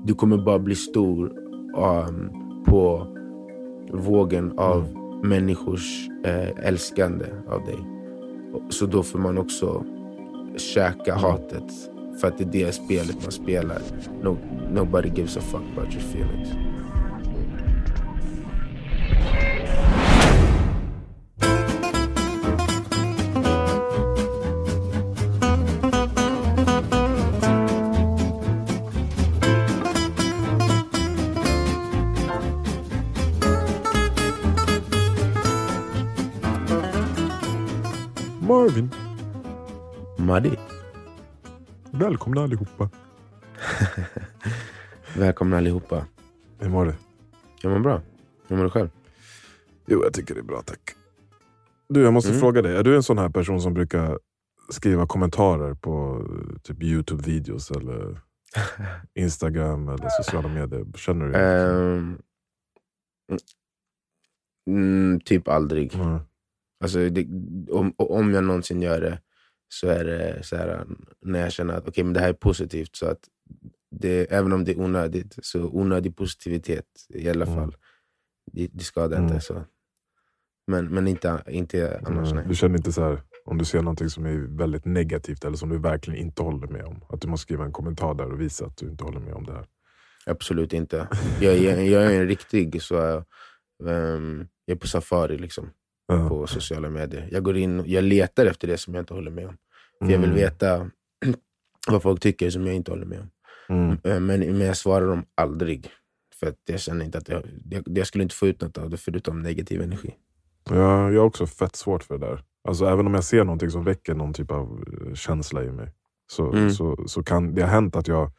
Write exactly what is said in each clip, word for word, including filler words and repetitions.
du kommer bara bli stor um, på vågen av mm. människors eh, älskande av dig. Så då får man också käka mm. hatet. För att det är det spelet man spelar. No, nobody gives a fuck about your feelings. Marvin. Maddy. Välkomna allihopa. Välkomna allihopa. Hur mår du? Jag mår bra. Hur mår du själv? Jo, jag tycker det är bra, tack. Du, jag måste mm. fråga dig. Är du en sån här person som brukar skriva kommentarer på typ YouTube-videos eller Instagram eller sociala medier? Känner du det? Um, mm, typ aldrig. Mm. Alltså, det, om, om jag någonsin gör det så är det så här när jag känner att okej, okay, men det här är positivt, så att det, även om det är onödigt, så onödig positivitet i alla fall. Mm. Det, det skadar mm. inte så. Men, men inte, inte annars. Mm. Du känner inte så här, om du ser någonting som är väldigt negativt eller som du verkligen inte håller med om, att du måste skriva en kommentar där och visa att du inte håller med om det här? Absolut inte. Jag, jag, jag är en riktig så um, jag är på safari liksom. Uh. På sociala medier. Jag går in och jag letar efter det som jag inte håller med om. För mm. jag vill veta vad folk tycker som jag inte håller med om. Mm. Men, men jag svarar dem aldrig. För att jag känner inte att jag, jag, jag skulle inte få ut något av det förutom negativ energi. Ja, jag har också fett svårt för det där. Alltså även om jag ser någonting som väcker någon typ av känsla i mig. Så, mm. så, så kan det ha hänt att jag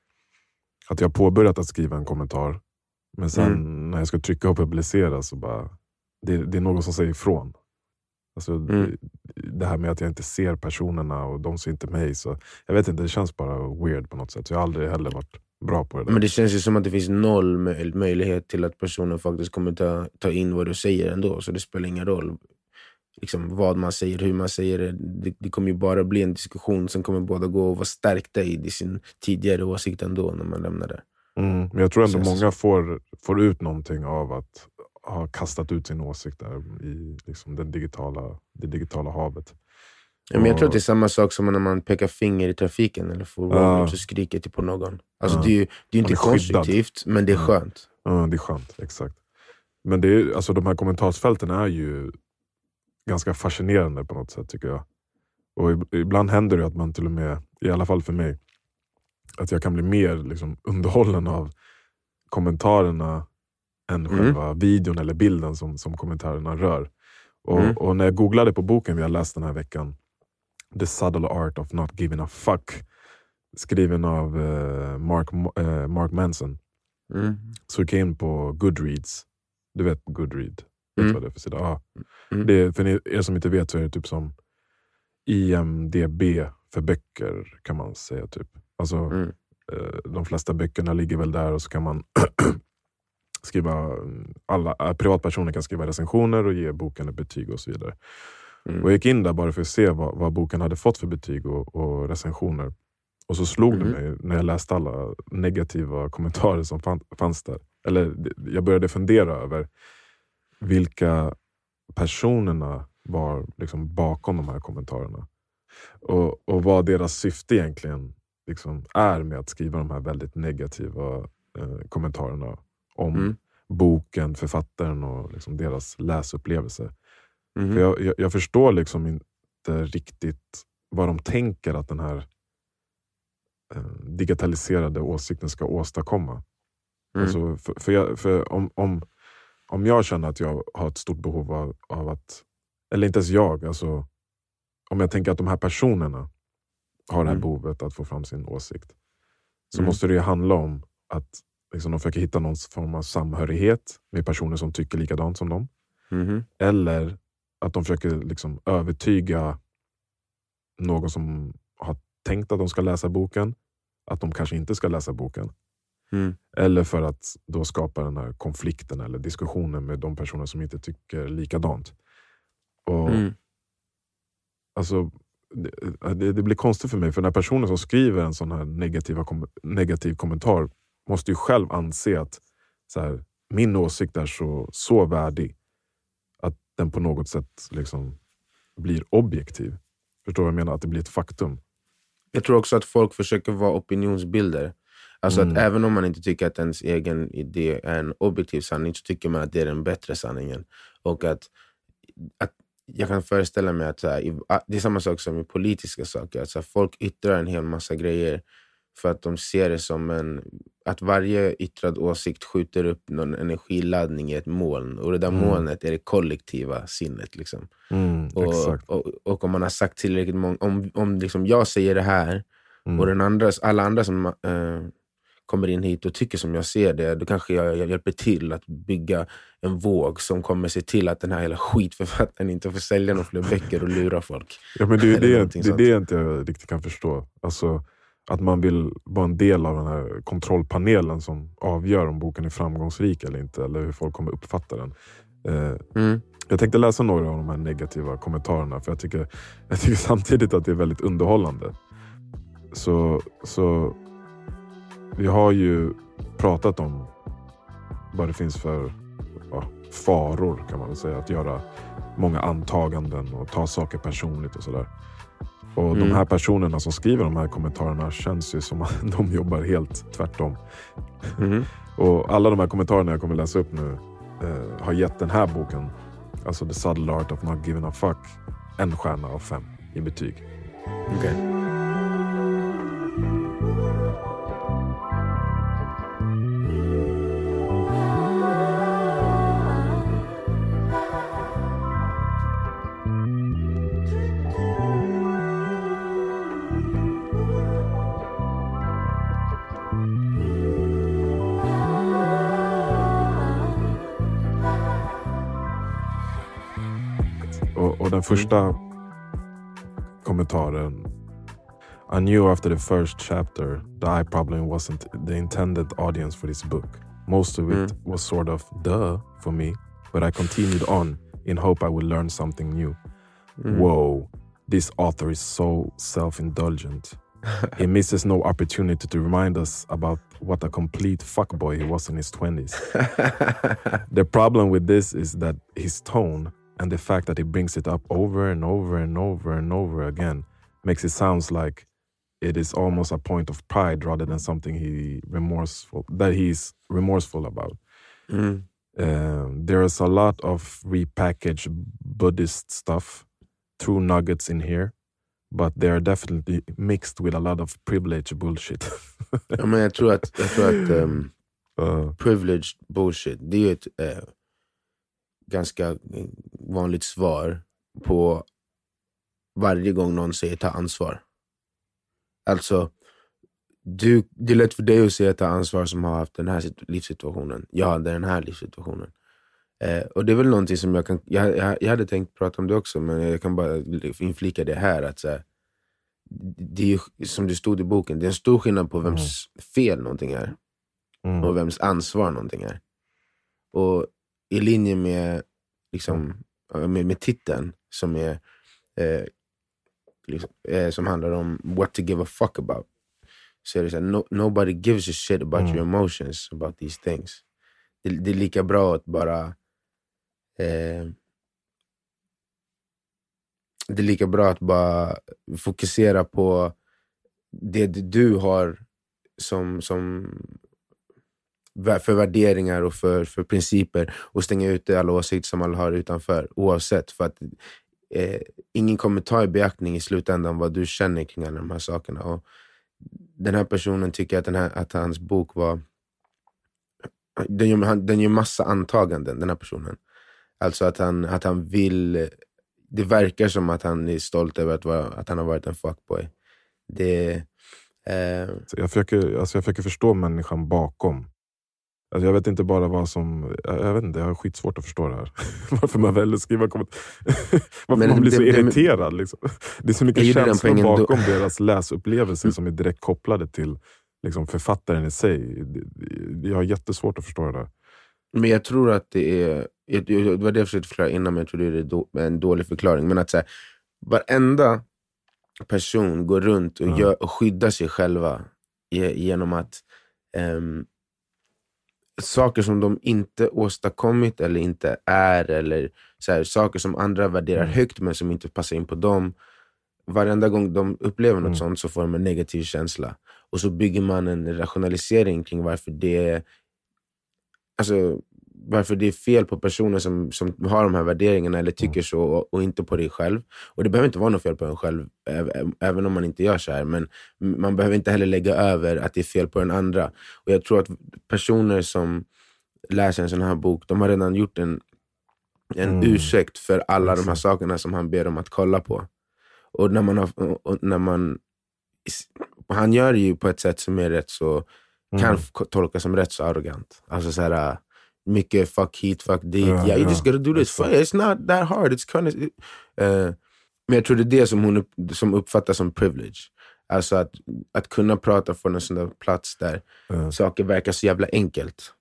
att jag påbörjat att skriva en kommentar. Men sen mm. när jag ska trycka och publicera så bara Det, det är något som säger ifrån. Alltså, mm. det, det här med att jag inte ser personerna och de ser inte mig. Så jag vet inte, det känns bara weird på något sätt. Så jag har aldrig heller varit bra på det där. Men det känns ju som att det finns noll möjlighet till att personen faktiskt kommer ta, ta in vad du säger ändå. Så det spelar ingen roll liksom, vad man säger, hur man säger det. det. Det kommer ju bara bli en diskussion som kommer båda gå och vara stärkta i sin tidigare åsikt ändå när man lämnar det. Mm. Men jag tror ändå många får, får ut någonting av att har kastat ut sin åsikt där i liksom den digitala, det digitala havet. Ja, men jag tror att det är samma sak som när man pekar finger i trafiken eller får uh, och så skriker till på någon. Alltså uh, det är ju det är inte konstruktivt, men det är skönt. Ja, uh, det är skönt, exakt. Men det är, alltså de här kommentarsfälten är ju ganska fascinerande på något sätt, tycker jag. Och ibland händer det att man till och med, i alla fall för mig, att jag kan bli mer liksom underhållen av kommentarerna än mm. själva videon eller bilden som, som kommentarerna rör. Och, mm. och när jag googlade på boken vi har läst den här veckan, The Subtle Art of Not Giving a Fuck, skriven av uh, Mark, uh, Mark Manson, mm. så gick jag in på Goodreads. Du vet Goodread. Vet mm. vad det är för sida? Ah. Mm. Det, för er som inte vet så är det typ som I M D B för böcker, kan man säga typ. Alltså mm. uh, de flesta böckerna ligger väl där, och så kan man skriva, alla privatpersoner kan skriva recensioner och ge boken ett betyg och så vidare. Mm. Och jag gick in där bara för att se vad, vad boken hade fått för betyg och, och recensioner. Och så slog mm. det mig när jag läste alla negativa kommentarer som fann, fanns där. Eller jag började fundera över vilka personerna var liksom bakom de här kommentarerna. Och, och vad deras syfte egentligen liksom är med att skriva de här väldigt negativa eh, kommentarerna om mm. boken, författaren och liksom deras läsupplevelse. Mm. För jag, jag, jag förstår liksom inte riktigt vad de tänker att den här eh, digitaliserade åsikten ska åstadkomma. Mm. Alltså, för för, jag, för om, om, om jag känner att jag har ett stort behov av, av att, eller inte ens jag, alltså om jag tänker att de här personerna har det här mm. behovet att få fram sin åsikt, så mm. måste det ju handla om att liksom, de försöker hitta någon form av samhörighet med personer som tycker likadant som dem. Mm. Eller att de försöker liksom övertyga någon som har tänkt att de ska läsa boken att de kanske inte ska läsa boken. Mm. Eller för att då skapa den här konflikten eller diskussionen med de personer som inte tycker likadant. Och mm. alltså det, det, det blir konstigt för mig, för när personer som skriver en sån här negativa, negativ kommentar måste ju själv anse att så här, min åsikt är så, så värdig att den på något sätt liksom blir objektiv. Förstår du vad jag menar? Att det blir ett faktum. Jag tror också att folk försöker vara opinionsbilder. Alltså mm. att även om man inte tycker att ens egen idé är en objektiv sanning, så tycker man att det är den bättre sanningen. Och att, att jag kan föreställa mig att så här, det är samma sak som i politiska saker. Att så här, folk yttrar en hel massa grejer för att de ser det som en... Att varje yttrad åsikt skjuter upp någon energiladdning i ett moln. Och det där mm. molnet är det kollektiva sinnet. Liksom. Mm, och, exakt. Och, och om man har sagt tillräckligt många... Om, om liksom jag säger det här mm. och den andra, alla andra som äh, kommer in hit och tycker som jag ser det, då kanske jag, jag hjälper till att bygga en våg som kommer se till att den här hela skitförfattaren inte får sälja några fler böcker och lura folk. Ja, men det är det, det, det, det jag inte riktigt kan förstå. Alltså... Att man vill vara en del av den här kontrollpanelen som avgör om boken är framgångsrik eller inte. Eller hur folk kommer uppfatta den. Eh, mm. Jag tänkte läsa några av de här negativa kommentarerna. För jag tycker, jag tycker samtidigt att det är väldigt underhållande. Så, så vi har ju pratat om vad det finns för ja, faror kan man väl säga. Att göra många antaganden och ta saker personligt och sådär. Och mm. de här personerna som skriver de här kommentarerna känns ju som att de jobbar helt tvärtom. Mm. Och alla de här kommentarerna jag kommer läsa upp nu eh, har gett den här boken, alltså The Subtle Art of Not Giving a Fuck, en stjärna av fem i betyg. Okej. Okay. Och den första kommentaren: I knew after the first chapter that I probably wasn't the intended audience for this book. Most of it mm. was sort of duh for me, but I continued on in hope I would learn something new. Mm. Whoa, this author is so self-indulgent. He misses no opportunity to remind us about what a complete fuckboy he was in his twenties. The problem with this is that his tone and the fact that he brings it up over and over and over and over again makes it sounds like it is almost a point of pride rather than something he remorseful that he's remorseful about. Mm. Um, there's a lot of repackaged Buddhist stuff, true nuggets in here, but they are definitely mixed with a lot of privilege bullshit. Ja, men jag tror att, jag tror att um, uh. privileged bullshit, det är ju ett uh, ganska vanligt svar på varje gång någon säger ta ansvar. Alltså, du, det är lätt för dig att säga ta ansvar som har haft den här livssituationen. Jag hade den här livssituationen. Eh, och det är väl någonting som jag kan... Jag, jag, jag hade tänkt prata om det också, men jag kan bara inflika det här. Att så här, det är ju, som det stod i boken, det är en stor skillnad på vems mm. fel någonting är. Mm. Och vems ansvar någonting är. Och i linje med, liksom, med, med titeln som är... Eh, liksom, eh, som handlar om what to give a fuck about. Så är det så här, no, nobody gives a shit about mm. your emotions, about these things. Det, det är lika bra att bara... Eh, det är lika bra att bara fokusera på det du har som, som för värderingar och för, för principer, och stänga ut alla åsikter som alla har utanför, oavsett, för att eh, ingen kommer ta i beaktning i slutändan vad du känner kring alla de här sakerna. Och den här personen tycker att, den här, att hans bok var... Den gör, den gör massa antaganden, den här personen. Alltså att han, att han vill... Det verkar som att han är stolt över att, vara, att han har varit en fuckboy. Det... Eh... Jag, försöker, alltså jag försöker förstå människan bakom. Alltså jag vet inte bara vad som... Jag vet inte, jag har skitsvårt att förstå det här. Varför man väljer att skriva komment... Varför men man blir det, så det, irriterad. Liksom. Det är så mycket känslor bakom då... deras läsupplevelser mm. som är direkt kopplade till liksom, författaren i sig. Jag har jättesvårt att förstå det där. Men jag tror att det är... Det var det jag försökte förklara innan, men jag tror det är en dålig förklaring. Men att så här, varenda person går runt och, mm. gör, och skyddar sig själva genom att... Um, saker som de inte åstadkommit eller inte är, eller så här, saker som andra värderar mm. högt men som inte passar in på dem. Varenda gång de upplever något mm. sånt så får de en negativ känsla. Och så bygger man en rationalisering kring varför det alltså varför det är fel på personer som, som har de här värderingarna eller tycker så, och, och inte på dig själv. Och det behöver inte vara något fel på en själv, även om man inte gör så här. Men man behöver inte heller lägga över att det är fel på den andra. Och jag tror att personer som läser en sån här bok, de har redan gjort en, en mm. ursäkt för alla de här sakerna som han ber dem att kolla på. Och när man har, och när man han gör det ju på ett sätt som är rätt så kan mm. tolkas som rätt så arrogant. Alltså så här mycket fuck hit, fuck dit. Yeah, yeah, you just gotta do this. It's not that hard. It's kind of, uh, men jag tror det är det som hon upp, som uppfattas som privilege. Alltså att, att kunna prata från en sån där plats där mm. saker verkar så jävla enkelt.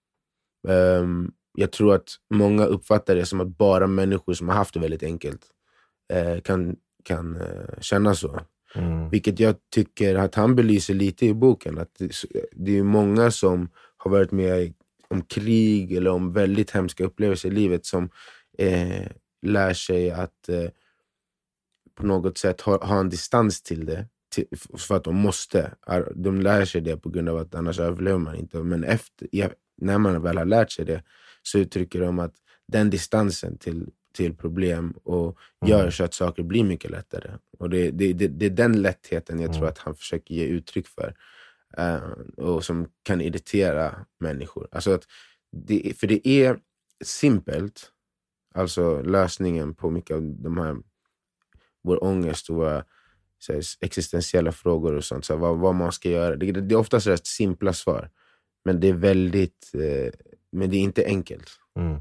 Um, jag tror att många uppfattar det som att bara människor som har haft det väldigt enkelt uh, kan, kan uh, känna så. Mm. Vilket jag tycker att han belyser lite i boken. Att det, det är många som har varit med om krig eller om väldigt hemska upplevelser i livet som eh, lär sig att eh, på något sätt ha, ha en distans till det till, för att de måste. De lär sig det på grund av att annars överlever man inte. Men efter, ja, när man väl har lärt sig det så uttrycker de att den distansen till, till problem och gör mm. så att saker blir mycket lättare. Och det, det, det, det är den lättheten jag mm. tror att han försöker ge uttryck för. Uh, och som kan irritera människor. Alltså att det, för det är simpelt, alltså lösningen på mycket av de här vår ångest och våra så här, existentiella frågor och sånt, så här, vad, vad man ska göra. Det, det är oftast rätt simpla svar, men det är väldigt uh, men det är inte enkelt. Mm.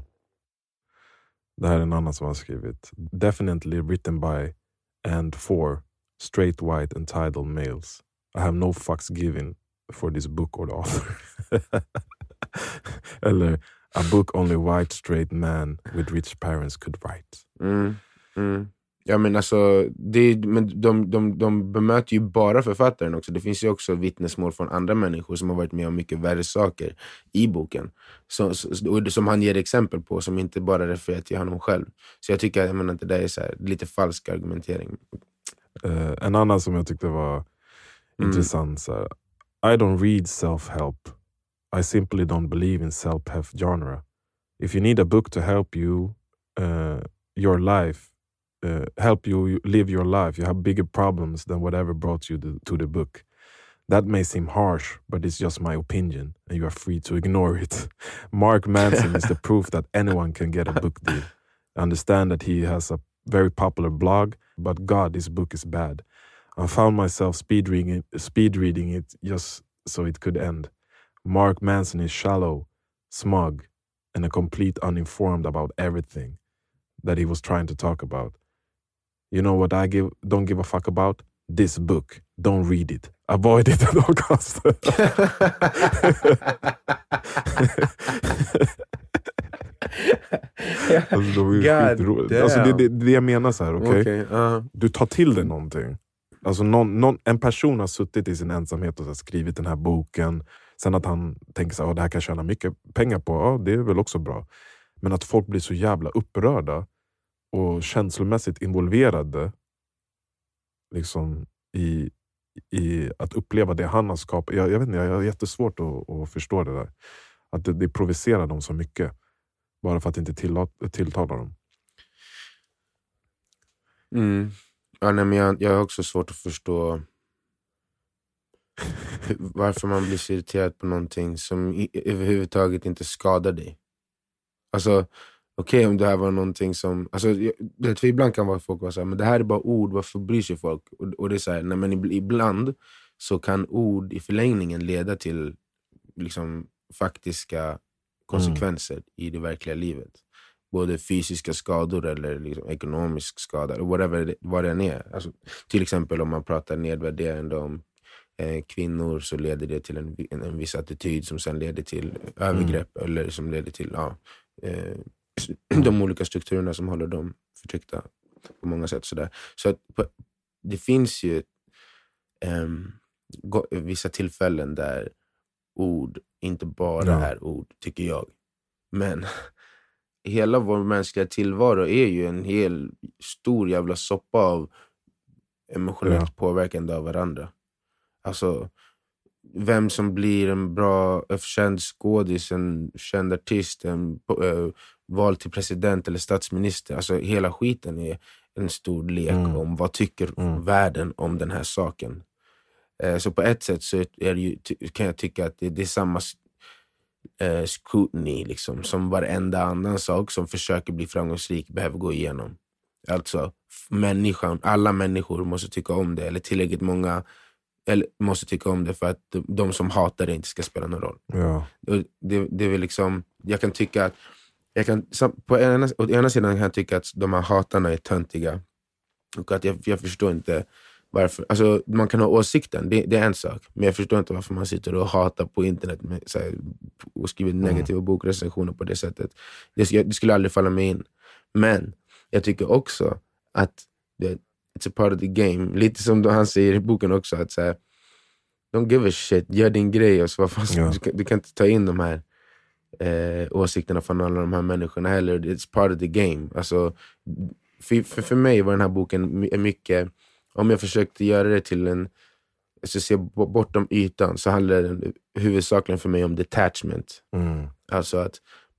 Det här är en annan som har skrivit: definitely written by and for straight white entitled males. I have no fucks given for this book or the author. Eller a book only white straight man with rich parents could write. Mm, mm. Ja men alltså det, men de, de, de bemöter ju bara författaren också. Det finns ju också vittnesmål från andra människor som har varit med om mycket värre saker i boken. Så, så, som han ger exempel på, som inte bara refererar till honom själv. Så jag tycker jag menar, att det där är så här, lite falsk argumentering. Uh, en annan som jag tyckte var mm. intressant så här: I don't read self-help. I simply don't believe in self-help genre. If you need a book to help you uh, your life, uh, help you live your life, you have bigger problems than whatever brought you to, to the book. That may seem harsh, but it's just my opinion, and you are free to ignore it. Mark Manson is the proof that anyone can get a book deal. I understand that he has a very popular blog, but God, this book is bad. I found myself speed reading it, speed reading it just so it could end. Mark Manson is shallow, smug, and a complete uninformed about everything that he was trying to talk about. You know what I give don't give a fuck about? This book. Don't read it. Avoid it at all costs. Alltså, de är God alltså, det, det, det jag menar så här, okay? Okay, uh. Du tar till dig någonting. Alltså någon, någon, en person har suttit i sin ensamhet och så skrivit den här boken. Sen att han tänker så här, det här kan jag tjäna mycket pengar på. Ja, det är väl också bra. Men att folk blir så jävla upprörda och känslomässigt involverade liksom i, i att uppleva det han har skapat. Jag, jag vet inte, jag har jättesvårt att, att förstå det där. Att det, det provocerar dem så mycket. Bara för att inte tillta- tilltala dem. Mm. Ja, nej, men jag, jag har också svårt att förstå varför man blir så irriterad på någonting som i, överhuvudtaget inte skadar dig. Alltså, okej okay, om det här var någonting som... Alltså, jag, det, ibland kan vara folk vara så här, men det här är bara ord, varför bryr sig folk? Och, och det är så här, nej, men ibland så kan ord i förlängningen leda till liksom faktiska konsekvenser mm. i det verkliga livet. Både fysiska skador eller liksom ekonomisk skada, eller whatever, vad det än är. Alltså, till exempel om man pratar nedvärderande om eh, kvinnor, så leder det till en, en, en viss attityd som sen leder till mm. övergrepp, eller som leder till ja, eh, de olika strukturerna som håller dem förtryckta på många sätt. Sådär. Så att, på, det finns ju eh, vissa tillfällen där ord inte bara ja. är ord, tycker jag. Men hela vår mänskliga tillvaro är ju en hel stor jävla soppa av emotionellt ja. påverkande av varandra. Alltså, vem som blir en bra, en känd skådis, en känd artist, en äh, val till president eller statsminister. Alltså hela skiten är en stor lek mm. om vad tycker mm. världen om den här saken. Eh, så på ett sätt så är det ju, kan jag tycka att det, det är samma eh, scrutiny liksom, som varenda annan sak som försöker bli framgångsrik behöver gå igenom. Alltså människan, alla människor måste tycka om det, eller tillräckligt många eller måste tycka om det för att de, de som hatar det inte ska spela någon roll. Ja. Det, det är väl liksom, jag kan tycka att jag kan, på ena, å ena sidan kan jag tycka att de här hatarna är töntiga och att jag, jag förstår inte varför, alltså man kan ha åsikten, det, det är en sak, men jag förstår inte varför man sitter och hatar på internet med, så här, och skriver negativa mm. bokrecensioner på det sättet. Det, det skulle aldrig falla mig in. Men jag tycker också att det, it's a part of the game. Lite som han säger i boken också, att så här, don't give a shit, gör din grej och så, vad fan, ja. du, kan, du kan inte ta in de här eh, åsikterna från alla de här människorna heller. It's part of the game. Alltså, för, för, för mig var den här boken mycket, om jag försökte göra det till en, alltså se bortom ytan, så handlar den huvudsakligen för mig om detachment. Mm. Alltså att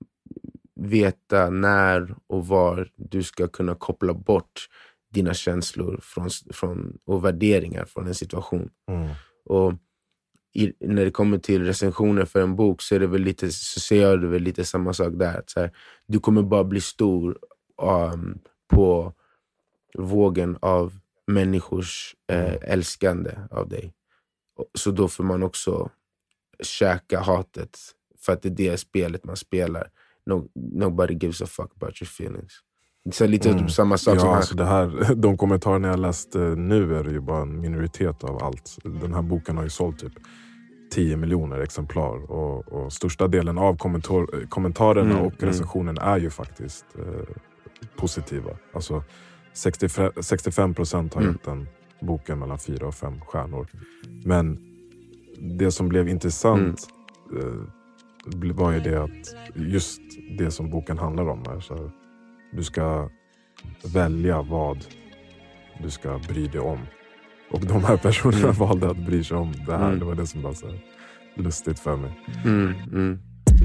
veta när och var du ska kunna koppla bort dina känslor från, från, och värderingar från en situation. Mm. Och i, när det kommer till recensioner för en bok så är det väl lite, så ser jag det väl lite samma sak där. Så här, du kommer bara bli stor um, på vågen av människors eh, älskande av dig. Så då får man också käka hatet, för att det är det spelet man spelar. No, nobody gives a fuck about your feelings. Så lite mm. samma sak ja, som alltså det här, de kommentarerna jag läste nu är ju bara en minoritet av allt. Den här boken har ju sålt typ tio miljoner exemplar och, och största delen av kommentar, kommentarerna mm. och recensionen mm. är ju faktiskt eh, positiva. Alltså sextiofem procent har mm. gett den boken mellan fyra och fem stjärnor. Men det som blev intressant mm. eh, var ju det att just det som boken handlar om är så här, du ska välja vad du ska bry dig om. Och de här personerna mm. valde att bry sig om det här. Mm. Det var det som var så här lustigt för mig. Mm. Mm.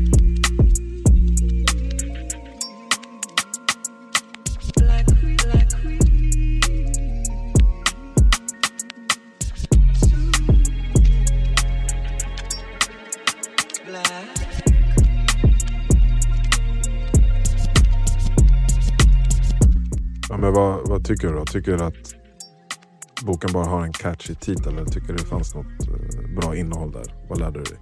Men vad, vad tycker du då? Tycker du att boken bara har en catchy titel, eller tycker du det fanns något uh, bra innehåll där? Vad lärde du dig?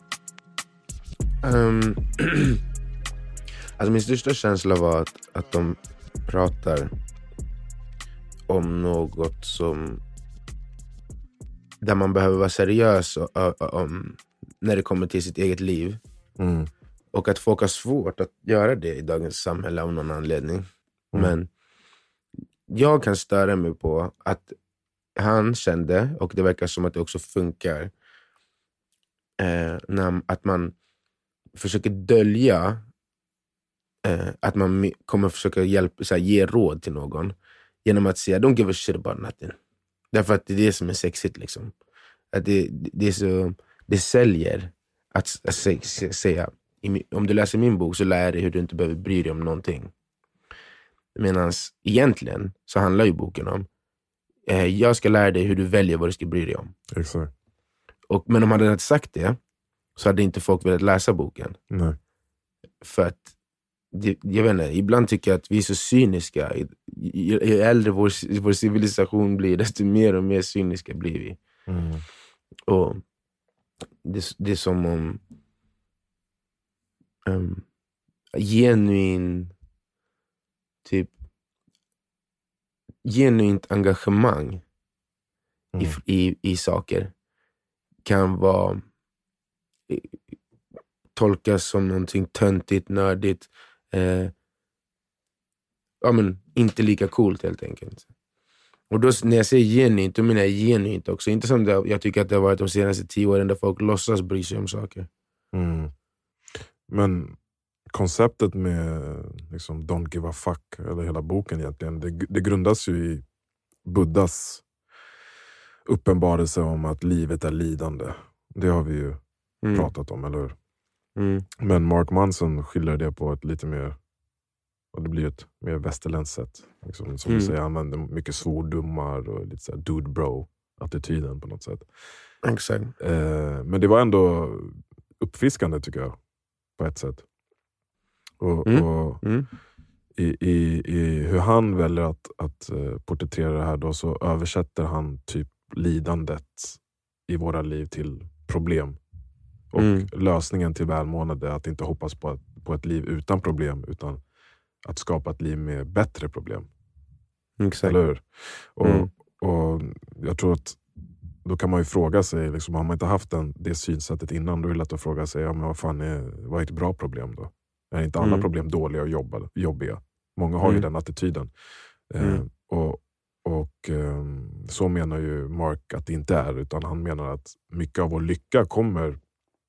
Um, alltså min största känsla var att, att de pratar om något som där man behöver vara seriös och, och, och, om, när det kommer till sitt eget liv. Mm. Och att folk har svårt att göra det i dagens samhälle av någon anledning. Mm. Men jag kan störa mig på att han kände, och det verkar som att det också funkar, eh, när, att man försöker dölja eh, att man kommer försöka hjälpa, så här, ge råd till någon genom att säga don't give a shit about nothing. Därför att det är det som är sexigt liksom. Att det, det, är så, det säljer att, att säga, om du läser min bok så lär dig hur du inte behöver bry dig om någonting. Medan egentligen så handlar ju boken om eh, jag ska lära dig hur du väljer vad du ska bry dig om. Exakt. Och, men om man hade sagt det så hade inte folk velat läsa boken. Nej. För att det, jag vet inte, ibland tycker jag att vi är så cyniska. Ju äldre vår, vår civilisation blir, desto mer och mer cyniska blir vi. Mm. Och det, det är som om um, genuin typ genuint engagemang mm. i, i, i saker kan vara tolkas som någonting töntigt, nördigt, eh, ja men inte lika coolt helt enkelt. Och då, när jag säger genuint, då menar jag genuint också. Inte som det, jag tycker att det har varit de senaste tio åren där folk låtsas bry sig om saker. Mm. Men konceptet med liksom, don't give a fuck, eller hela boken egentligen, det, det grundas ju i Buddhas uppenbarelse om att livet är lidande. Det har vi ju mm. pratat om, eller hur? Mm. Men Mark Manson skiljer det på ett lite mer, och det blir ett mer västerländskt sätt. Liksom, som mm. du säger, han använder mycket svordomar och lite så här dude bro-attityden på något sätt. Exakt. Eh, men det var ändå uppfriskande tycker jag, på ett sätt. Och, mm. och mm. I, i, i hur han väljer att, att porträttera det här då, så översätter han typ lidandet i våra liv till problem. Och mm. lösningen till välmående är att inte hoppas på, att, på ett liv utan problem, utan att skapa ett liv med bättre problem. Exakt. Eller hur? Och, mm. och jag tror att då kan man ju fråga sig, liksom, har man inte haft den, det synsättet innan, då är det lätt att fråga sig, ja, men vad fan är, vad är ett bra problem då? Är inte alla mm. problem dåliga och jobba, jobbiga? Många har mm. ju den attityden. Mm. Eh, och och eh, så menar ju Mark att det inte är, utan han menar att mycket av vår lycka kommer,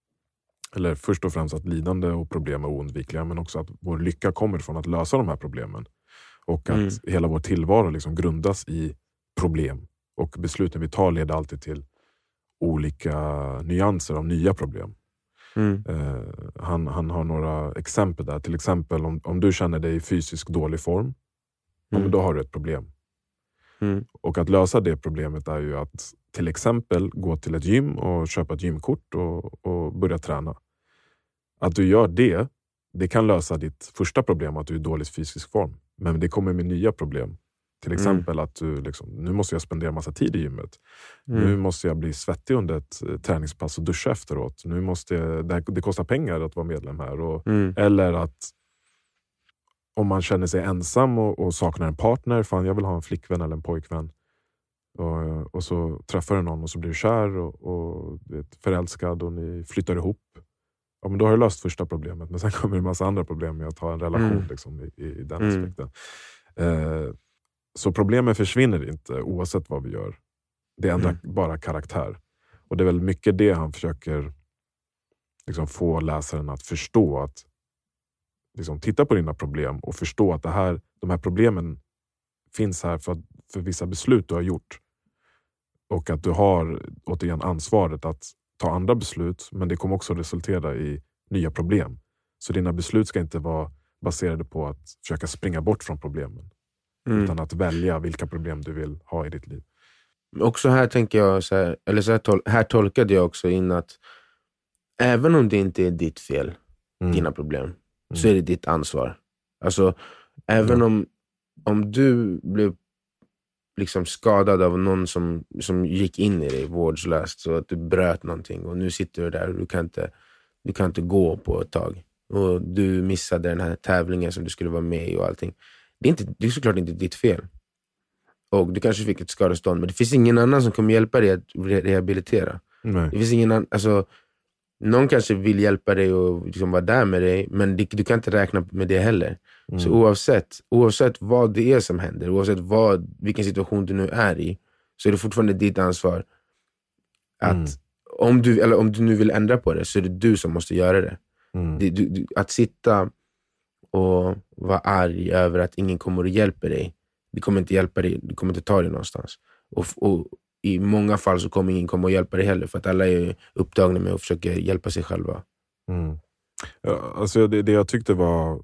eller först och främst att lidande och problem är oundvikliga, men också att vår lycka kommer från att lösa de här problemen. Och att mm. hela vår tillvaro liksom grundas i problem. Och besluten vi tar leder alltid till olika nyanser av nya problem. Mm. Eh, han, han har några exempel där. Till exempel om, om du känner dig i fysisk dålig form, mm. ja, men då har du ett problem. Mm. Och att lösa det problemet är ju att till exempel gå till ett gym och köpa ett gymkort och, och börja träna. Att du gör det, det kan lösa ditt första problem, att du är i dålig fysisk form. Men det kommer med nya problem. Till exempel mm. att du liksom, nu måste jag spendera massa tid i gymmet. Mm. Nu måste jag bli svettig under ett träningspass och duscha efteråt. Nu måste jag, det, det kostar pengar att vara medlem här. Och, mm. Eller att om man känner sig ensam och, och saknar en partner, fan jag vill ha en flickvän eller en pojkvän. Och, och så träffar du någon och så blir du kär och, och vet, förälskad och ni flyttar ihop. Ja, men då har du löst första problemet. Men sen kommer det en massa andra problem med att ha en relation mm. liksom, i, i den mm. aspekten. Eh, Så problemen försvinner inte oavsett vad vi gör. Det ändrar mm. bara karaktär. Och det är väl mycket det han försöker liksom få läsaren att förstå. Att liksom titta på dina problem och förstå att det här, de här problemen finns här för, för vissa beslut du har gjort. Och att du har återigen ansvaret att ta andra beslut. Men det kommer också resultera i nya problem. Så dina beslut ska inte vara baserade på att försöka springa bort från problemen. Mm. Utan att välja vilka problem du vill ha i ditt liv. Också här tänker jag så här, eller så här, tol- här tolkade jag också in att även om det inte är ditt fel, mm. dina problem, mm. så är det ditt ansvar. Alltså även mm. om, om du blev liksom skadad av någon som, som gick in i dig vårdslöst, så att du bröt någonting och nu sitter du där och du kan inte, du kan inte gå på ett tag. Och du missade den här tävlingen som du skulle vara med i och allting. Det är, inte, det är såklart inte ditt fel. Och du kanske fick ett skadestånd, men det finns ingen annan som kommer hjälpa dig att re- rehabilitera. Nej. Det finns ingen annan, alltså, någon kanske vill hjälpa dig och liksom vara där med dig, men det, du kan inte räkna med det heller. Mm. Så oavsett, oavsett vad det är som händer, oavsett vad, vilken situation du nu är i, så är det fortfarande ditt ansvar att mm. om, du, eller om du nu vill ändra på det, så är det du som måste göra det. Mm. det du, du, att sitta och vara arg över att ingen kommer och hjälper dig, det kommer inte hjälpa dig, det kommer inte ta dig någonstans. Och, och i många fall så kommer ingen komma och hjälpa dig heller, för att alla är upptagna med att försöka hjälpa sig själva. Mm. Ja, alltså det, det jag tyckte var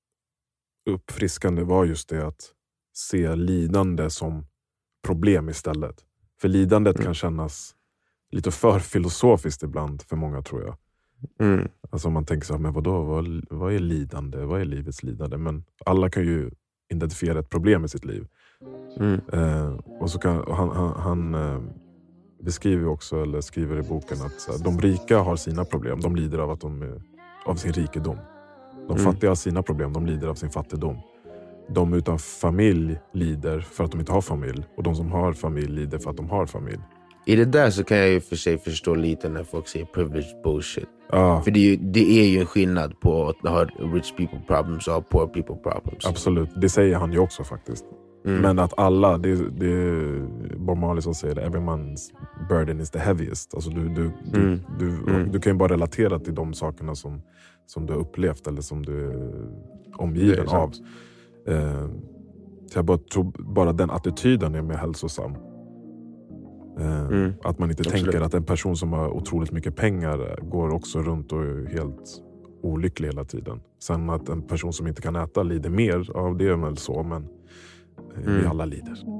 uppfriskande var just det att se lidande som problem istället. För lidandet mm. kan kännas lite för filosofiskt ibland för många, tror jag. Mm. Alltså man tänker så här, men vadå, vad, vad är lidande? Vad är livets lidande? Men alla kan ju identifiera ett problem i sitt liv. Mm. Eh, och så kan, och han, han, han eh, beskriver också, eller skriver i boken, att så här, de rika har sina problem. De lider av, att de, är, av sin rikedom. De mm. fattiga har sina problem. De lider av sin fattigdom. De utan familj lider för att de inte har familj. Och de som har familj lider för att de har familj. I det där så kan jag ju för sig förstå lite när folk säger privileged bullshit. Ah. För det är, ju, det är ju en skillnad på att ha rich people problems och poor people problems. Absolut, det säger han ju också faktiskt. Mm. Men att alla, det, det är Bob Marley som säger det, everyone's burden is the heaviest. Alltså du, du, du, mm. du, mm. du kan ju bara relatera till de sakerna som, som du har upplevt eller som du är omgiven av. Eh, så jag bara tror bara den attityden är mer hälsosam. Eh, mm. Att man inte Absolut. tänker att en person som har otroligt mycket pengar går också runt och är helt olycklig hela tiden. Sen att en person som inte kan äta lider mer av det är väl så, men mm. vi alla lider.